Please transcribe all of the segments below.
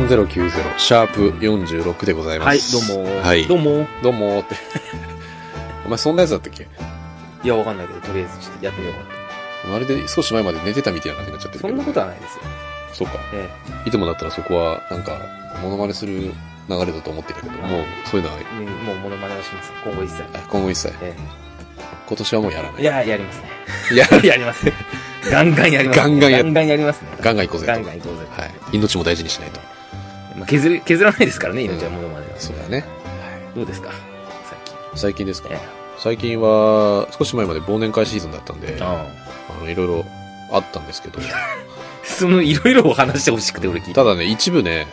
3090シャープ46でございます。 はい、どうもー。 はい。 どうもー。 どうもーって。お前そんなやつだったっけ？ いや、わかんないけど、とりあえずちょっとやってみよう。 まるで少し前まで寝てたみたいな感じになっちゃってるけど。 そんなことはないですよ。 そうか。いつもだったらそこは、なんか、モノマネする流れだと思ってたけど、もう、そういうのは、 もうモノマネをします。今後一切。 今後一切。今年はもうやらない。 いや、やりますね。 やりますね。ガンガンやります。 ガンガンやりますね。 ガンガン行こうぜ。 ガンガン行こうぜ。 はい。命も大事にしないと。 まあ、削らないですからね、命はモノマネは。 そうだね。 どうですか最近ですか？最近は、少し前まで忘年会シーズンだったんで、いろいろあったんですけど。 そのいろいろお話してほしくて俺聞いた。 ただね、一部ね、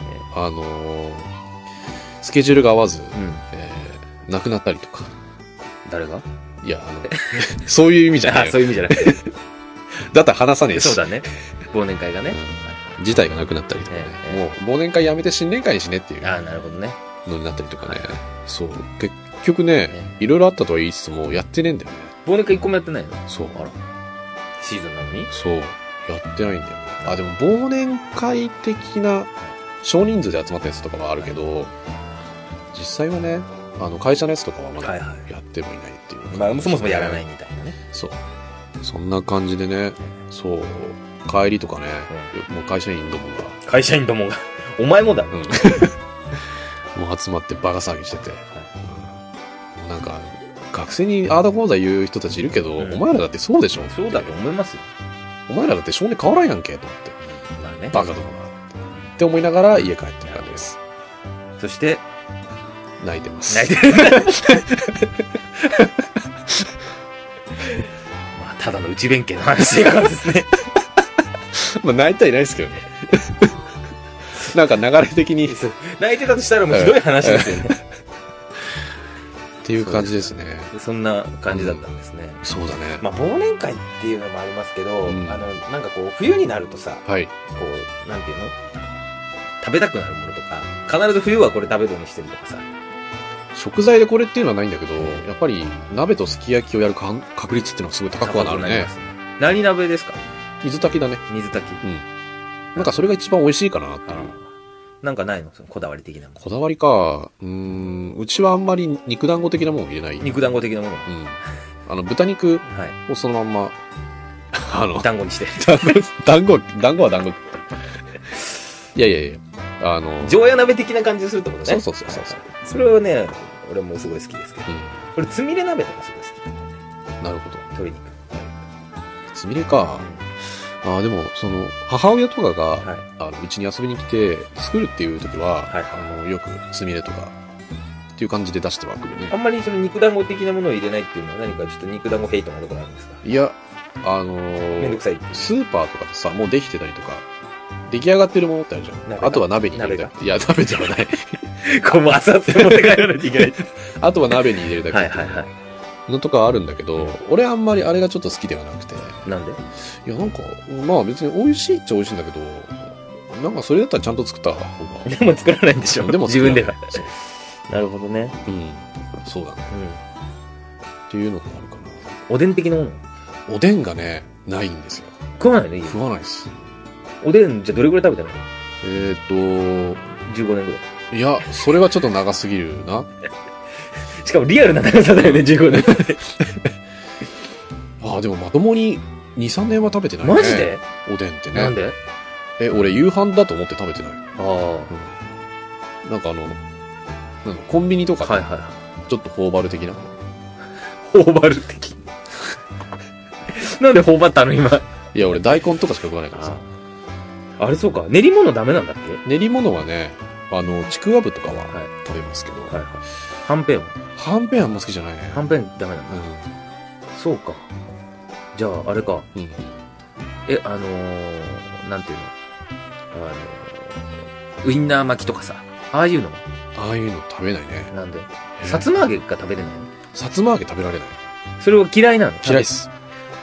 スケジュールが合わず、亡くなったりとか。 誰が？ いや、そういう意味じゃない。 そういう意味じゃなくて。 だったら話さねえし。 そうだね。忘年会がね。 自体がなくなったりとかね。もう、忘年会やめて新年会にしねっていう。 なるほどね。 のになったりとかね。そう。結局ね、いろいろあったとは言いつつも、やってねえんだよね。 忘年会一個もやってないの？ そう。あら。 シーズンなのに？ そう。やってないんだよね。あ、でも忘年会的な少人数で集まったやつとかはあるけど、実際はね、会社のやつとかはまだやってもいないっていう、 まあ、そもそもやらないみたいなね。 そう。そんな感じでね、そう、帰りとかね、もう会社員どもが。 お前もだ。 もう集まってバカ騒ぎしてて。なんか、学生にアーダ講座言う人たちいるけど、お前らだってそうでしょ？ そうだと思いますよ。 お前らだって少年変わらんやんけ、と思って。 まあね。 バカどもが。って思いながら家帰ってる感じです。 そして、 泣いてます。 泣いてる。まあ、ただの内弁慶の話がですね。 まあ、泣いてはいないですけどね。なんか流れ的に。 泣いてたとしたらもうひどい話ですよね。 っていう感じですね。 そんな感じだったんですね。 そうだね。 まあ、忘年会っていうのもありますけど、なんかこう、冬になるとさ、こう、なんていうの？食べたくなるものとか、必ず冬はこれ食べるようにしてるとかさ。 食材でこれっていうのはないんだけど、やっぱり鍋とすき焼きをやる確率っていうのはすごい高くはなるね。 何鍋ですか？ 水炊きだね。 水炊き。 なんかそれが一番美味しいかなっていう。 なんかないの？そのこだわり的なもの。 こだわりか。うちはあんまり肉団子的なものを入れない。 肉団子的なもの？ 豚肉をそのまんま、 団子にして。 団子は団子。いや。 常夜鍋的な感じするってことね。 そう。 それはね、俺もすごい好きですけど。俺、つみれ鍋とかすごい好き。 なるほど。 鶏肉。 つみれか。でも、母親とかが、うちに遊びに来て、作るっていう時は、よくつみれとか、っていう感じで出してはくるね。 あんまりその肉団子的なものを入れないっていうのは何かちょっと肉団子ヘイトなところあるんですか？ いや、 めんどくさい。 スーパーとかでさ、もうできてたりとか、出来上がってるものってあるじゃん。あとは鍋に入れるだけ。いや、鍋ではない。 こうもう熱々持って帰らないといけない。 あとは鍋に入れるだけ。のとかあるんだけど、俺あんまりあれがちょっと好きではなくて。 なんで？ いや、なんか、まあ別に美味しいっちゃ美味しいんだけど、なんかそれだったらちゃんと作った方が。 でも作らないんでしょ？ でも自分では。なるほどね。 そうだね。っていうのがあるかな。 おでん的なもの？ おでんがね、ないんですよ。 食わないね？ 食わないです。 おでん、じゃどれくらい食べてないの ？15年ぐらい。 いや、それはちょっと長すぎるな。 しかもリアルな長さだよね、15年。 でもまともに2、3年は食べてないね。 マジで？ おでんってね。 なんで？ 俺夕飯だと思って食べてない。なんかコンビニとか、ちょっと頬張る的な。 頬張る的。なんで頬張ったの今。 いや、俺大根とかしか食わないからさ。 あれそうか。練り物ダメなんだっけ？ 練り物はね、ちくわぶとかは食べますけど。 はんぺんは？ はんぺんあんま好きじゃないね。 はんぺんダメなんだ。そうか。じゃあ、あれか。なんていうの？ウインナー巻きとかさ。ああいうの食べないね。 なんで？さつま揚げが食べれないの？ さつま揚げ食べられない。 それは嫌いなの？ 嫌いっす。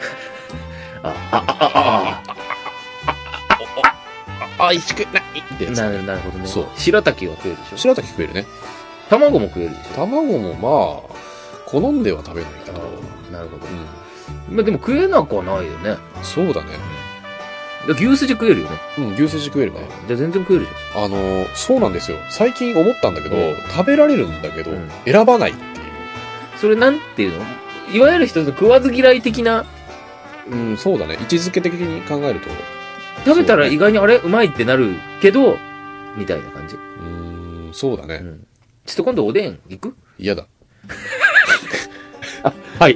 美味しくないってやつ。 なるほどね。 そう。 白滝は食えるでしょ？ 白滝食えるね。 卵も食えるでしょ？ 卵もまあ、好んでは食べないけど。 なるほど。まあでも食えなくはないよね。 そうだね。 牛すじ食えるよね。 うん、牛すじ食えるね。 じゃ全然食えるじゃん。そうなんですよ。最近思ったんだけど、食べられるんだけど、選ばないっていう。 それなんていうの？いわゆる一つの食わず嫌い的な。 うん、そうだね。位置づけ的に考えると。 食べたら意外にあれうまいってなるけど、みたいな感じ。 そうだね。 ちょっと今度おでん行く？ 嫌だ。 あ、はい。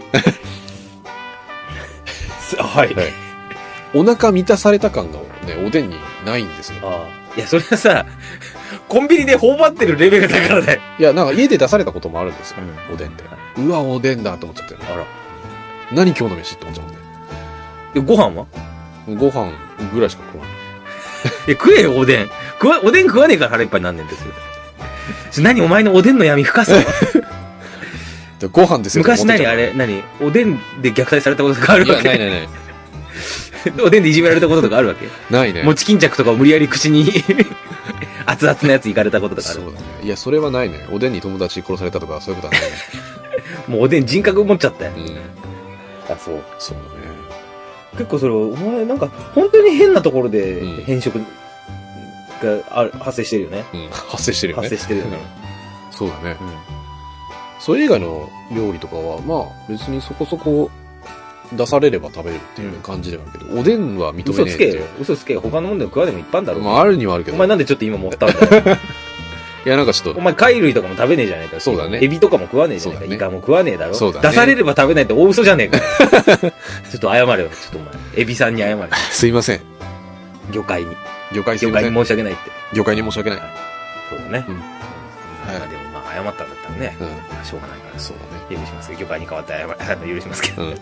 はい。 お腹満たされた感がね、おでんにないんですよ。 いや、それはさ、コンビニで頬張ってるレベルだからね。 いや、なんか家で出されたこともあるんですよ。おでんって。うわ、おでんだと思っちゃってる。 あら。 何今日の飯って思っちゃうんで。 で、ご飯は？ ご飯ぐらいしか食わない。 食えよ、おでん。おでん食わねえから腹いっぱいになんねんですよ。何お前のおでんの闇深さ。 ご飯ですよ。 昔おでんで虐待されたこととかあるわけ？ いや、ない。 おでんでいじめられたこととかあるわけ？ ないね。 餅巾着とかを無理やり口に熱々のやついかれたこととかある？ そうだね。いや、それはないね。おでんに友達殺されたとかそういうことはないね。 もうおでん人格持っちゃったよ。あ、そう。 そうだね。 結構それ、お前なんか本当に変なところで変色が発生してるよね。 発生してるよね。 発生してるよね。 そうだね。それ以外の料理とかは、まあ別にそこそこ出されれば食べるっていう感じではあるけど、おでんは認めねえっていう。 嘘つけよ。他のもんでも食わでもいっぱいあるんだろう。 まああるにはあるけど。 お前なんでちょっと今持ったんだよ。 いやなんかちょっと。 お前貝類とかも食べねえじゃねえか。 そうだね。 エビとかも食わねえじゃねえか。イカも食わねえだろ。 そうだね。 出されれば食べないって大嘘じゃねえか。ちょっと謝れよ。ちょっとお前。エビさんに謝れ。 すいません。 魚介に。 魚介すいません。 魚介に申し訳ないって。 魚介に申し訳ない。 そうだね。でもまあ謝ったんだったらね。しょうがないから。 そうだね。 許しますけど、魚介に変わって許しますけど。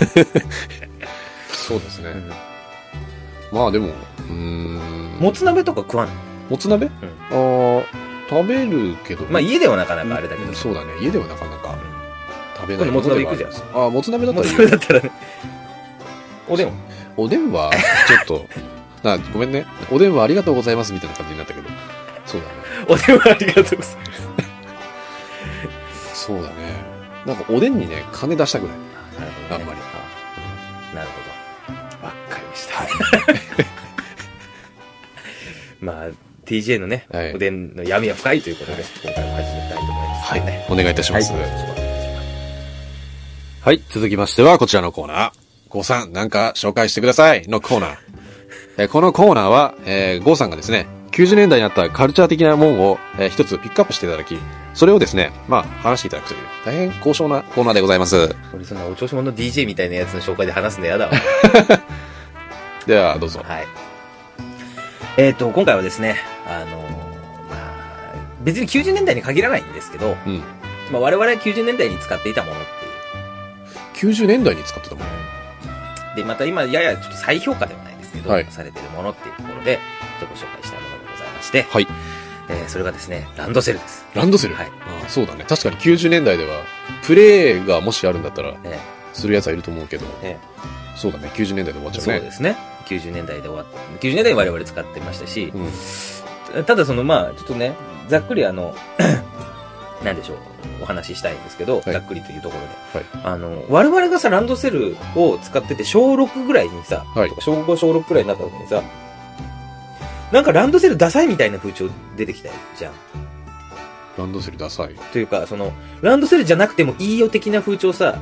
そうですね。まあでも、 もつ鍋とか食わない？ もつ鍋？食べるけど。 まあ家ではなかなかあれだけど。 そうだね。家ではなかなか食べない。 もつ鍋行くじゃん。 もつ鍋だったらいい。 もつ鍋だったらね。おでんは？ おでんは、ちょっと、ごめんね。おでんはありがとうございますみたいな感じになったけど。そうだね。 おでんはありがとうございます。 そうだね。なんかおでんにね、金出したくない。 あんまり。なるほど。わかりました。まあ、TJ のね、おでんの闇は深いということで、今回も始めたいと思います。 はい。お願いいたします。はい。続きましては、こちらのコーナー。ゴーさん、なんか紹介してくださいのコーナー。このコーナーは、ゴーさんがですね、90年代にあったカルチャー的なもんを、一つピックアップしていただき、それをですね、まあ、話していただくという、大変高尚なコーナーでございます。 俺そんなお調子者の DJ みたいなやつの紹介で話すの嫌だわ。 では、どうぞ。 はい。今回はですね、まあ、別に90年代に限らないんですけど、まあ我々は90年代に使っていたものっていう。90年代に使ってたもの？ で、また今、ややちょっと再評価ではないですけど、されているものっていうところで、ちょっとご紹介したいものがございまして、 はい。 それがですね、ランドセルです。 ランドセル？はい。そうだね。確かに90年代では、プレイがもしあるんだったら、するやつはいると思うけど、そうだね。90年代で終わっちゃうね。 そうですね。90年代で終わった。90年代に我々使ってましたし、ただまあ、ちょっとね、ざっくりなんでしょう、お話ししたいんですけど、ざっくりというところで。我々がさ、ランドセルを使ってて、小6ぐらいにさ、小5、小6ぐらいになった時にさ、なんかランドセルダサいみたいな風潮出てきたじゃん。 ランドセルダサいというか、ランドセルじゃなくてもいいよ的な風潮さ、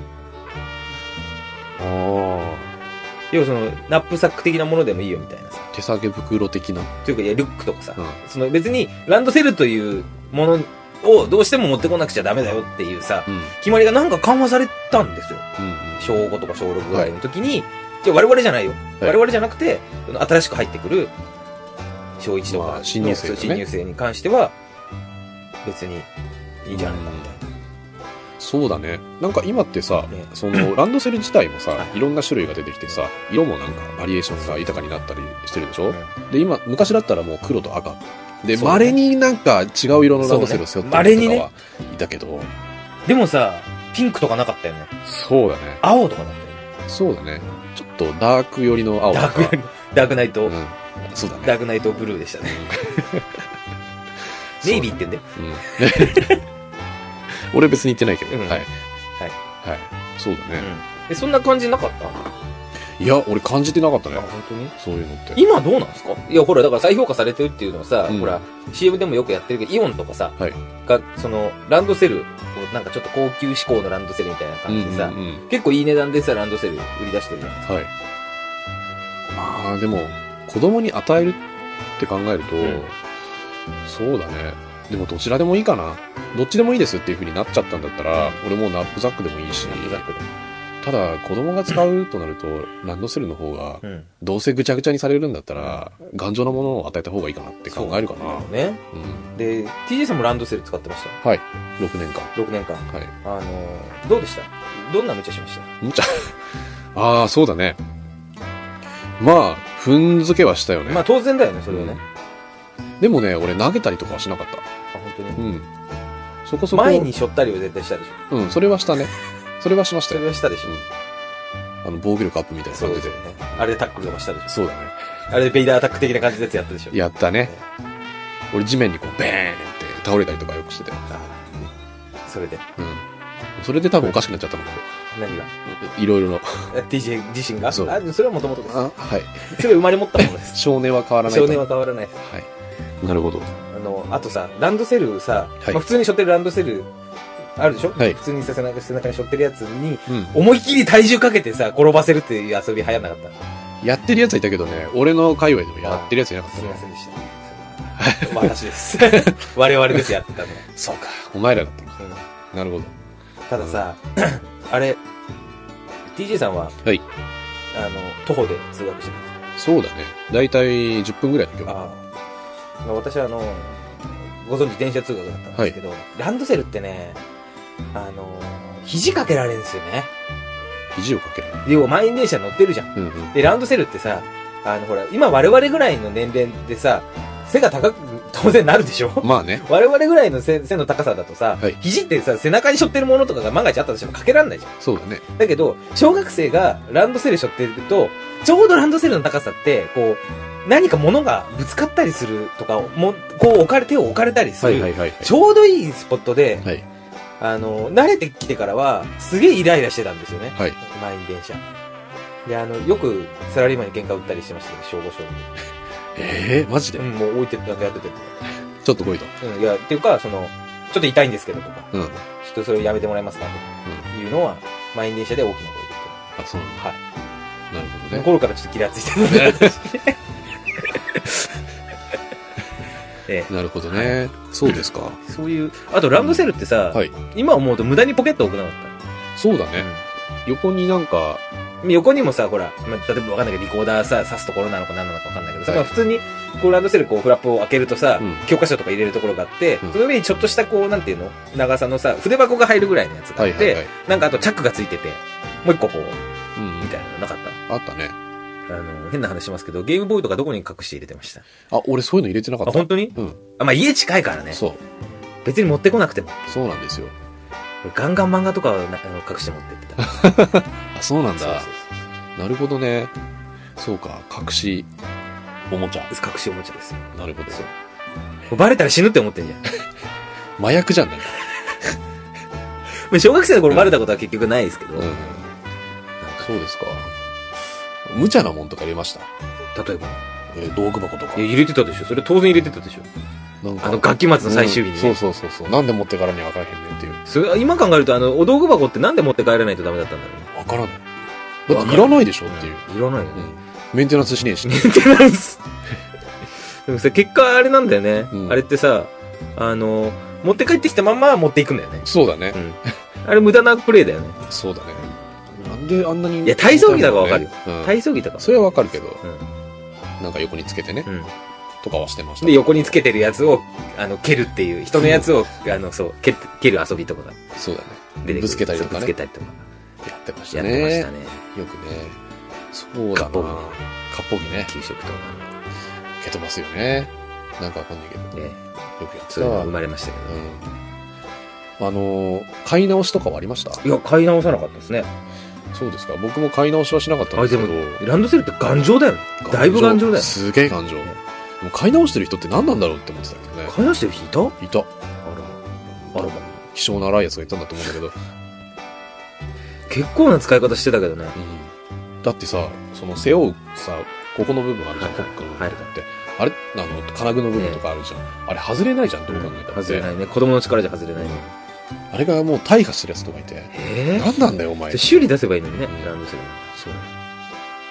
要はナップサック的なものでもいいよみたいなさ。 手提げ袋的なというか、いや、リュックとかさ、別にランドセルというものをどうしても持ってこなくちゃダメだよっていうさ、決まりがなんか緩和されたんですよ。小5とか小6ぐらいの時に、じゃあ我々じゃないよ。我々じゃなくて、新しく入ってくる小1とか新入生に関しては、別にいいんじゃないかみたいな。 そうだね。なんか今ってさ、ランドセル自体もさ、いろんな種類が出てきてさ、色もなんかバリエーションが豊かになったりしてるでしょ？で、昔だったらもう黒と赤。で、稀になんか違う色のランドセルを背負ってる人とかはいたけど。 でもさ、ピンクとかなかったよね。 そうだね。 青とかだったよね。 そうだね。ちょっとダーク寄りの青とか。 ダークナイト。 そうだね。 ダークナイトブルーでしたね。ネイビーってんだよ。 俺別に言ってないけど。はい。 はい。 そうだね。 そんな感じなかった？ いや、俺感じてなかったね。 あ、本当にそういうのって。 今どうなんですか？いや、ほら、だから再評価されてるっていうのはさ、ほら、CM でもよくやってるけど、イオンとかさ、が、ランドセル、なんかちょっと高級志向のランドセルみたいな感じでさ、結構いい値段でさ、ランドセル売り出してるじゃないですか。はい。 まあ、でも、子供に与えるって考えると、そうだね。でもどちらでもいいかな。どっちでもいいですっていう風になっちゃったんだったら、俺もうナップザックでもいいし。ナップザックでも。ただ、子供が使うとなると、ランドセルの方が、どうせぐちゃぐちゃにされるんだったら、頑丈なものを与えた方がいいかなって考えるかな。 ね。で、TJ さんもランドセル使ってました？ はい。6年間。 6年間。はい。どうでした？どんな無茶しました？ 無茶ああ、そうだね。まあ、踏んづけはしたよね。 まあ当然だよね、それはね。 でもね、俺投げたりとかはしなかった。あ、 本当に？ そこそこ。 前に背負ったりは絶対したでしょ。それはしたね。それはしましたよ。 それはしたでしょ。 防御力アップみたいな感じで。 そうですよね。あれでタックルとかしたでしょ。 そうだね。 あれでベイダーアタック的な感じのやつやったでしょ。 やったね。俺地面にこう、ベーンって倒れたりとかよくしてたよ。 それで。 それで多分おかしくなっちゃったのか。 何が？ いろいろの。 TJ 自身が？ そう。 それはもともとです。 はい。 それは生まれ持ったものです。 少年は変わらない。 少年は変わらないです。 はい。なるほど。 あとさ、ランドセルさ、普通に背負ってるランドセル、あるでしょ？ はい。 普通に背中に背負ってるやつに、思いっきり体重かけてさ、転ばせるっていう遊び流行んなかった？ やってるやつはいたけどね、俺の界隈でもやってるやついなかった。 すみませんでした。私です。我々です、やってたの。 そうか。お前らだったのか。なるほど。 たださ、あれ、TJ さんは、 はい。 徒歩で通学してた。そうだね。だいたい10分ぐらいの距離。 私はご存知電車通学だったんですけど、ランドセルってね、肘かけられるんですよね。 肘をかけられる。 要は満員電車乗ってるじゃん。で、ランドセルってさ、ほら、今我々ぐらいの年齢でさ、背が高く、当然なるでしょ？ まあね。 我々ぐらいの背の高さだとさ、肘ってさ、背中に背負ってるものとかが万が一あったとしてもかけらんないじゃん。 そうだね。 だけど、小学生がランドセル背負ってると、ちょうどランドセルの高さって、こう、何か物がぶつかったりするとか、こう手を置かれたりする。ちょうどいいスポットで、慣れてきてからは、すげえイライラしてたんですよね。満員電車。で、よくサラリーマンに喧嘩売ったりしてましたけど、小5、小 6。マジで？ もう置いてなんかやってて。 ちょっと来いと。 いや、っていうか、ちょっと痛いんですけどとか、ちょっとそれをやめてもらえますかというのは、満員電車で大きな声で言って。 あ、そうなんだ。 はい。 なるほどね。 その頃からちょっと気がついてるので、 なるほどね。そうですか。 そういう、あとランドセルってさ、今思うと無駄にポケット置くなかった。 そうだね。横になんか、 横にもさ、ほら、例えばわかんないけど、リコーダーさ、挿すところなのか何なのかわかんないけどさ、普通に、こうランドセルこうフラップを開けるとさ、教科書とか入れるところがあって、その上にちょっとしたこう、なんていうの？長さのさ、筆箱が入るぐらいのやつがあって、なんかあとチャックがついてて、もう一個こう、みたいなのなかった？ あったね。 変な話しますけど、ゲームボーイとかどこに隠して入れてました？ あ、俺そういうの入れてなかった。 あ、本当に？まあ家近いからね。 そう。 別に持ってこなくても。 そうなんですよ。 ガンガン漫画とかを隠して持ってってた。 あ、そうなんだ。なるほどね。そうか、隠しおもちゃ。 隠しおもちゃですよ。 なるほど。 もうバレたら死ぬって思ってんじゃん。 麻薬じゃんね。 小学生の頃バレたことは結局ないですけど。 そうですか。無茶なもんとか入れました？ 例えば道具箱とか。 入れてたでしょ。それ当然入れてたでしょ。なんか学期末の最終日にね。 そう。なんで持ってからには分からへんねんっていう。 それ今考えるとお道具箱ってなんで持って帰らないとダメだったんだろうね。 分からない。だっていらないでしょっていう。 いらないよね。 メンテナンスしねえし。 メンテナンス。でもさ、結果あれなんだよね。あれってさ、持って帰ってきたまんま持っていくんだよね。 そうだね。 あれ無駄なプレイだよね。 そうだね。なんであんなに。 いや、体操着だからわかるよ。体操着とか。 それはわかるけど。なんか横につけてね。とかはしてました。 で、横につけてるやつを、蹴るっていう、人のやつを、そう、蹴る遊びとかが。 そうだね。ぶつけたりとかね。 ぶつけたりとか。 やってましたね。よくね。そうだな。かっぽぎね。 給食とか。 蹴飛ばすよね。なんかわかんないけど。よくやってた。 生まれましたけど。買い直しとかはありました？ いや、買い直さなかったですね。 そうですか。僕も買い直しはしなかったんですけど。 でも、ランドセルって頑丈だよね。だいぶ頑丈だよ。 すげえ頑丈。買い直してる人って何なんだろうって思ってたけどね。 買い直してる人いた。あら。気性の荒いやつがいたんだと思うんだけど。 結構な使い方してたけどね。 だってさ、その背負うさ、ここの部分あるじゃん、コックの部分って。あれ金具の部分とかあるじゃん。あれ外れないじゃん、どう考えたら。 外れないね。子供の力じゃ外れないね。 あれがもう大破してるやつとかいて。何なんだよ、お前。 修理出せばいいのにね、ランドセル。 そう。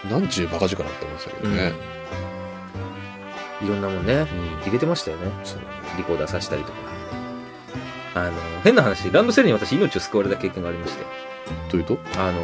なんちゅうバカ力って思ってたけどね。 いろんなもんね、入れてましたよね。そうだね。リコーダーさしたりとか。変な話、ランドセルに私命を救われた経験がありまして。 どういうと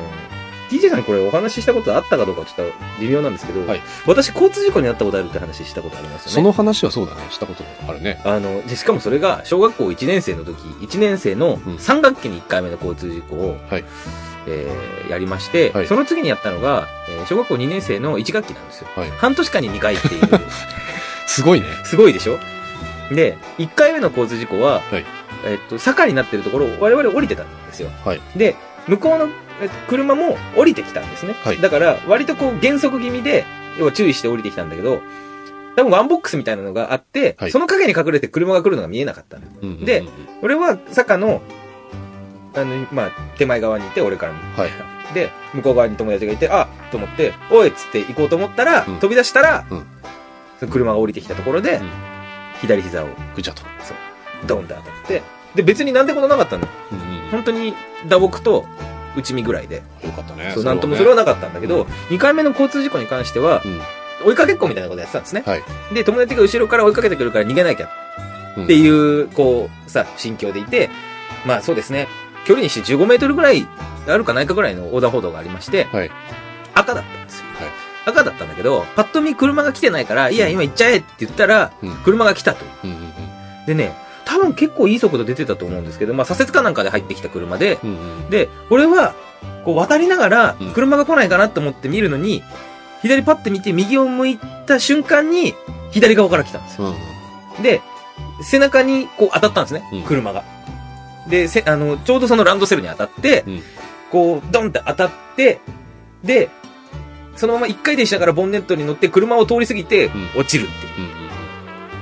DJ さんにこれお話ししたことあったかどうかちょっと微妙なんですけど、私交通事故に遭ったことあるって話したことありますよね。 その話はそうだね、したことあるね。 しかもそれが小学校1年生の時、1年生の3学期に1回目の交通事故を、やりまして、その次にやったのが、小学校2年生の1学期なんですよ。半年間に2回っていう。 すごいね。 すごいでしょ？で、1回目の交通事故は、坂になってるところを我々降りてたんですよ。で、向こうの車も降りてきたんですね。だから、割とこう減速気味で、要は注意して降りてきたんだけど、多分ワンボックスみたいなのがあって、その影に隠れて車が来るのが見えなかったの。で、俺は坂の、手前側にいて、俺からも。で、向こう側に友達がいて、と思って、おいっつって行こうと思ったら、飛び出したら、その車が降りてきたところで、左膝を、 ぐちゃと。 そう。ドンって当たって、で、別になんてことなかったの。本当に打撲と内身ぐらいで。 よかったね。 そう、なんともそれはなかったんだけど、2回目の交通事故に関しては、追いかけっこみたいなことやってたんですね。で、友達が後ろから追いかけてくるから逃げなきゃ。っていう、こう、心境でいて、まあそうですね、距離にして15メートルぐらいあるかないかぐらいの横断歩道がありまして、赤だったんですよ。赤だったんだけど、パッと見車が来てないから、いや、今行っちゃえって言ったら、車が来たと。でね、多分結構いい速度出てたと思うんですけど、まあ左折かなんかで入ってきた車で、で、俺は、こう渡りながら、車が来ないかなと思って見るのに、左パッて見て右を向いた瞬間に、左側から来たんですよ。で、背中にこう当たったんですね、車が。で、ちょうどそのランドセルに当たって、こう、ドンって当たって、で、そのまま一回転しながらボンネットに乗って車を通り過ぎて落ちるっていう。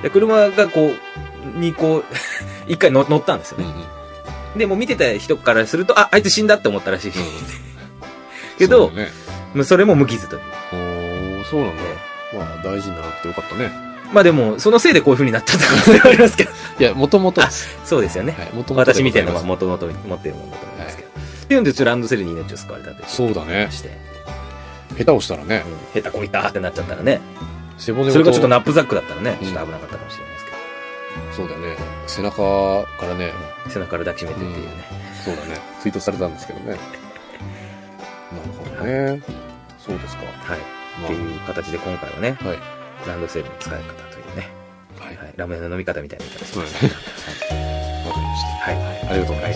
で、車がこう、一回乗ったんですよね。で、もう見てた人からすると、あいつ死んだって思ったらしい。けど、それも無傷という。 そうなんだ。まあ、大事になってよかったね。 まあでも、そのせいでこういう風になったってことではありますけど。 いや、もともとです。 そうですよね。私みたいなのはもともと持ってるもんだと思いますけど。っていうんで、ランドセルに命を救われたという。 そうだね。下手をしたらね。 下手こいたってなっちゃったらね。それがちょっとナップザックだったらね、ちょっと危なかったかもしれないですけど。そうだね。背中からね。 背中から抱きしめてっていうね。 そうだね。ツイートされたんですけどね。なるほどね。そうですか。 はい。っていう形で今回はね、ランドセルの使い方というね。ラムネの飲み方みたいな言い方しました。わかりました。ありがとうございます。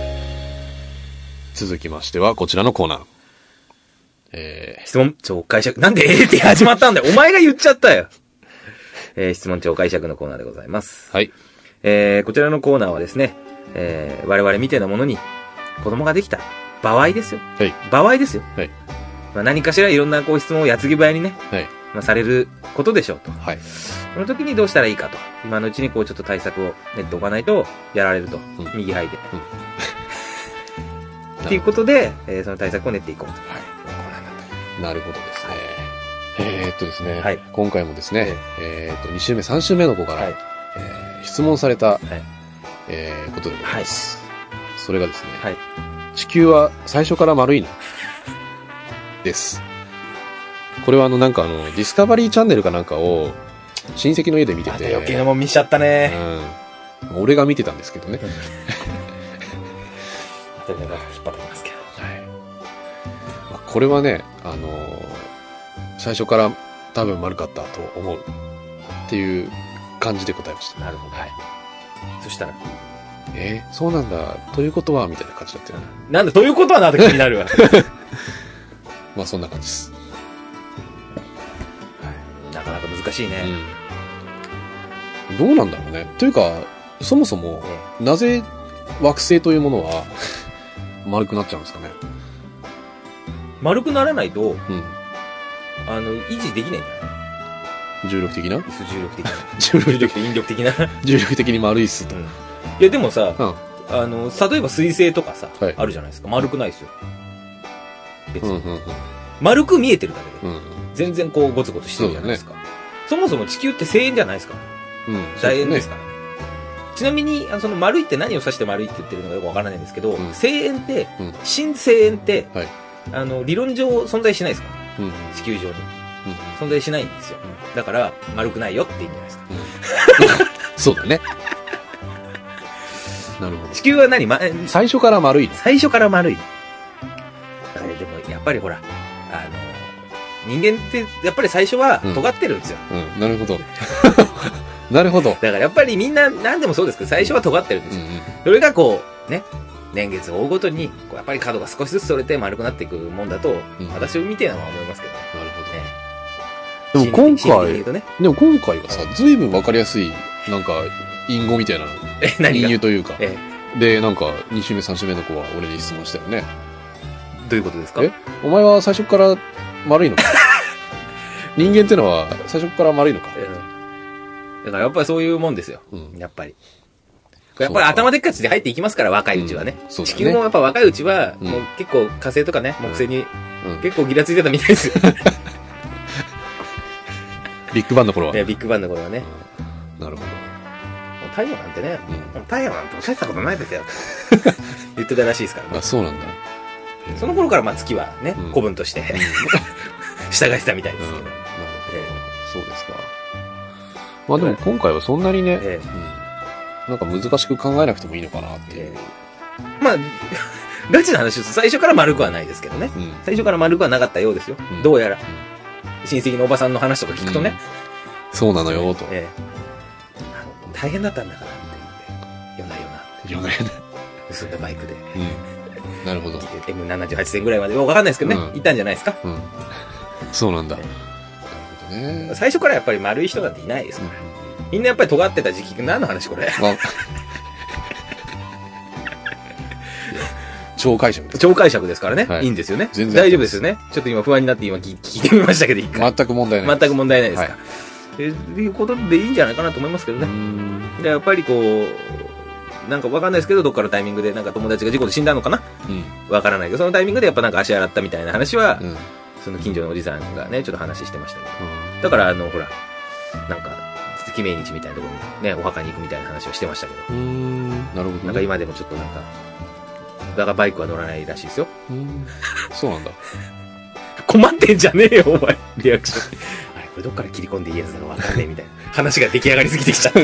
続きましては、こちらのコーナー。 質問超解釈。なんでって始まったんだよ。お前が言っちゃったよ。質問超解釈のコーナーでございます。 はい。 こちらのコーナーはですね、我々みたいなものに子供ができた場合ですよ。場合ですよ。まあ何かしらいろんなこう質問を矢継ぎ早にね、まあされることでしょうと。その時にどうしたらいいかと。今のうちにこうちょっと対策を練っておかないとやられると。右肺で。っていうことで、その対策を練っていこうと。 なるほどですね。ですね、今回もですね、2週目、3週目の子から、質問された、ことでございます。それがですね、地球は最初から丸いのです。これはなんかディスカバリーチャンネルかなんかを親戚の家で見てて。 余計なもん見しちゃったね。 俺が見てたんですけどね。 引っ張ってきますけど。 これはね、最初から多分丸かったと思うっていう感じで答えました。 なるほど。そしたらそうなんだ。ということはみたいな感じだったよね。 なんだ、ということはなって気になるわ。 まあそんな感じです。 なかなか難しいね。 どうなんだろうね。というか、そもそも、なぜ惑星というものは丸くなっちゃうんですかね。 丸くならないと、維持できないんじゃない？ 重力的な？ 重力的な。重力的、引力的な。 重力的に丸いっすと。 いや、でもさ、例えば水星とかさ、あるじゃないですか。丸くないですよ。別に。 丸く見えてるだけで。全然こうゴツゴツしてるじゃないですか。そもそも地球って正円じゃないですか。楕円ですからね。ちなみに、その丸いって何を指して丸いって言ってるのかよくわからないんですけど、正円って、新正円って、理論上存在しないですか、地球上に。存在しないんですよ。だから、丸くないよっていいんじゃないですか。 そうだね。なるほど。 地球は何、 最初から丸い。 最初から丸い。だからでも、やっぱりほら、人間って、やっぱり最初は尖ってるんですよ。 なるほど。なるほど。 だからやっぱりみんな、何でもそうですけど、最初は尖ってるんですよ。それがこう、ね、年月を追うごとに、やっぱり角が少しずつ取れて丸くなっていくもんだと、私みたいなのは思いますけどね。 なるほど。でも今回がさ、ずいぶんわかりやすい、なんか、隠語みたいな、隠喩というか。で、なんか、2週目、3週目の子は俺に質問したよね。 どういうことですか？ お前は最初から丸いのか人間ってのは最初から丸いのかだからやっぱりそういうもんですよ。やっぱり。やっぱり頭でっかちで入っていきますから、若いうちはね。地球もやっぱ若いうちは、もう結構火星とかね、木星に結構ギラついてたみたいですよ。 ビッグバンの頃は。 ビッグバンの頃はね。 なるほど。 太陽なんてね、太陽なんて大したことないですよ。言ってたらしいですからね。 あ、そうなんだ。 その頃から月はね、古文として従えてたみたいですけど。 そうですか。まあでも今回はそんなにね、なんか難しく考えなくてもいいのかなっていう。 まあ、ガチな話ですと最初から丸くはないですけどね。最初から丸くはなかったようですよ。どうやら。親戚のおばさんの話とか聞くとね。 そうなのよ、と。 大変だったんだからって言って、夜な夜な。盗んだバイクで。 なるほど。 M78 戦ぐらいまでわかんないですけどね。行ったんじゃないですか。 そうなんだ。なるほどね。 最初からやっぱり丸い人なんていないですから。みんなやっぱり尖ってた時期、何の話これ。 超解釈です。 超解釈ですからね。いいんですよね。全然大丈夫ですよね。ちょっと今不安になって今聞いてみましたけど、一回。 全く問題ない。 全く問題ないですか。いうことでいいんじゃないかなと思いますけどね。で、やっぱりこう、なんかわかんないですけど、どっかのタイミングでなんか友達が事故で死んだのかなわからないけど、そのタイミングでやっぱなんか足洗ったみたいな話は、その近所のおじさんがね、ちょっと話してましたけど。だからほら、なんか、月命日みたいなところにね、お墓に行くみたいな話をしてましたけど。 なるほど。 なんか今でもちょっとなんか、だからバイクは乗らないらしいですよ。 そうなんだ。 困ってんじゃねえよ、お前。リアクション。あれ、これどっから切り込んでいいやつだかわかんねえみたいな。話が出来上がりすぎてきちゃって。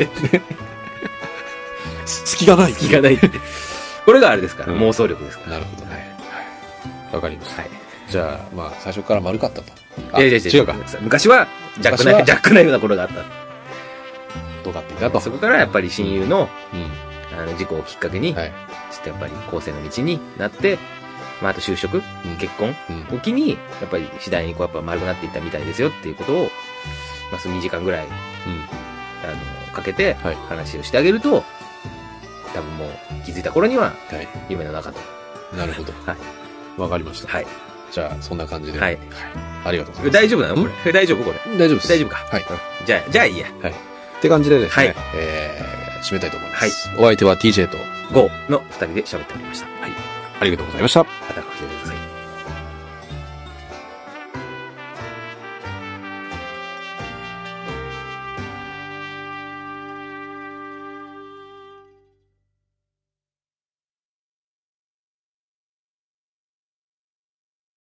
隙がない。 隙がないって。これがあれですから、妄想力ですから。 なるほど。はい。わかりました。じゃあ、まあ、最初から丸かったと。 いや違うか。昔は、ジャックナイフな頃があった。 尖っていたと。 そこからやっぱり親友の、事故をきっかけに、ちょっとやっぱり後世の道になって、まあ、あと就職、結婚を機に、やっぱり次第にこうやっぱ丸くなっていったみたいですよっていうことを、まあ、その2時間ぐらい、かけて話をしてあげると、多分もう気づいた頃には、夢の中と。 なるほど。 はい。 わかりました。 はい。 じゃあ、そんな感じで。 はい。 ありがとうございます。 大丈夫なのこれ。大丈夫これ。 大丈夫です。 大丈夫か。 はい。 じゃあいいや。 はい。って感じでですね、締めたいと思います。 はい。 お相手は TJ と GO の2人で喋っておりました。 はい。ありがとうございました。 私